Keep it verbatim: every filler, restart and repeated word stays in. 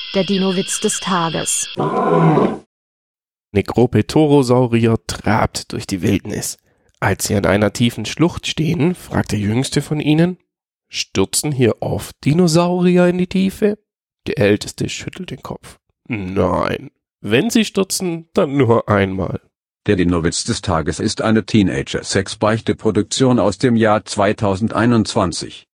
Der Dino-Witz des Tages. Necropetorosaurier trabt durch die Wildnis. Als sie an einer tiefen Schlucht stehen, fragt der jüngste von ihnen: Stürzen hier oft Dinosaurier in die Tiefe? Der älteste schüttelt den Kopf. Nein, wenn sie stürzen, dann nur einmal. Der Dino-Witz des Tages ist eine Teenager-Sex-Beichte-Produktion aus dem Jahr zweitausendeinundzwanzig.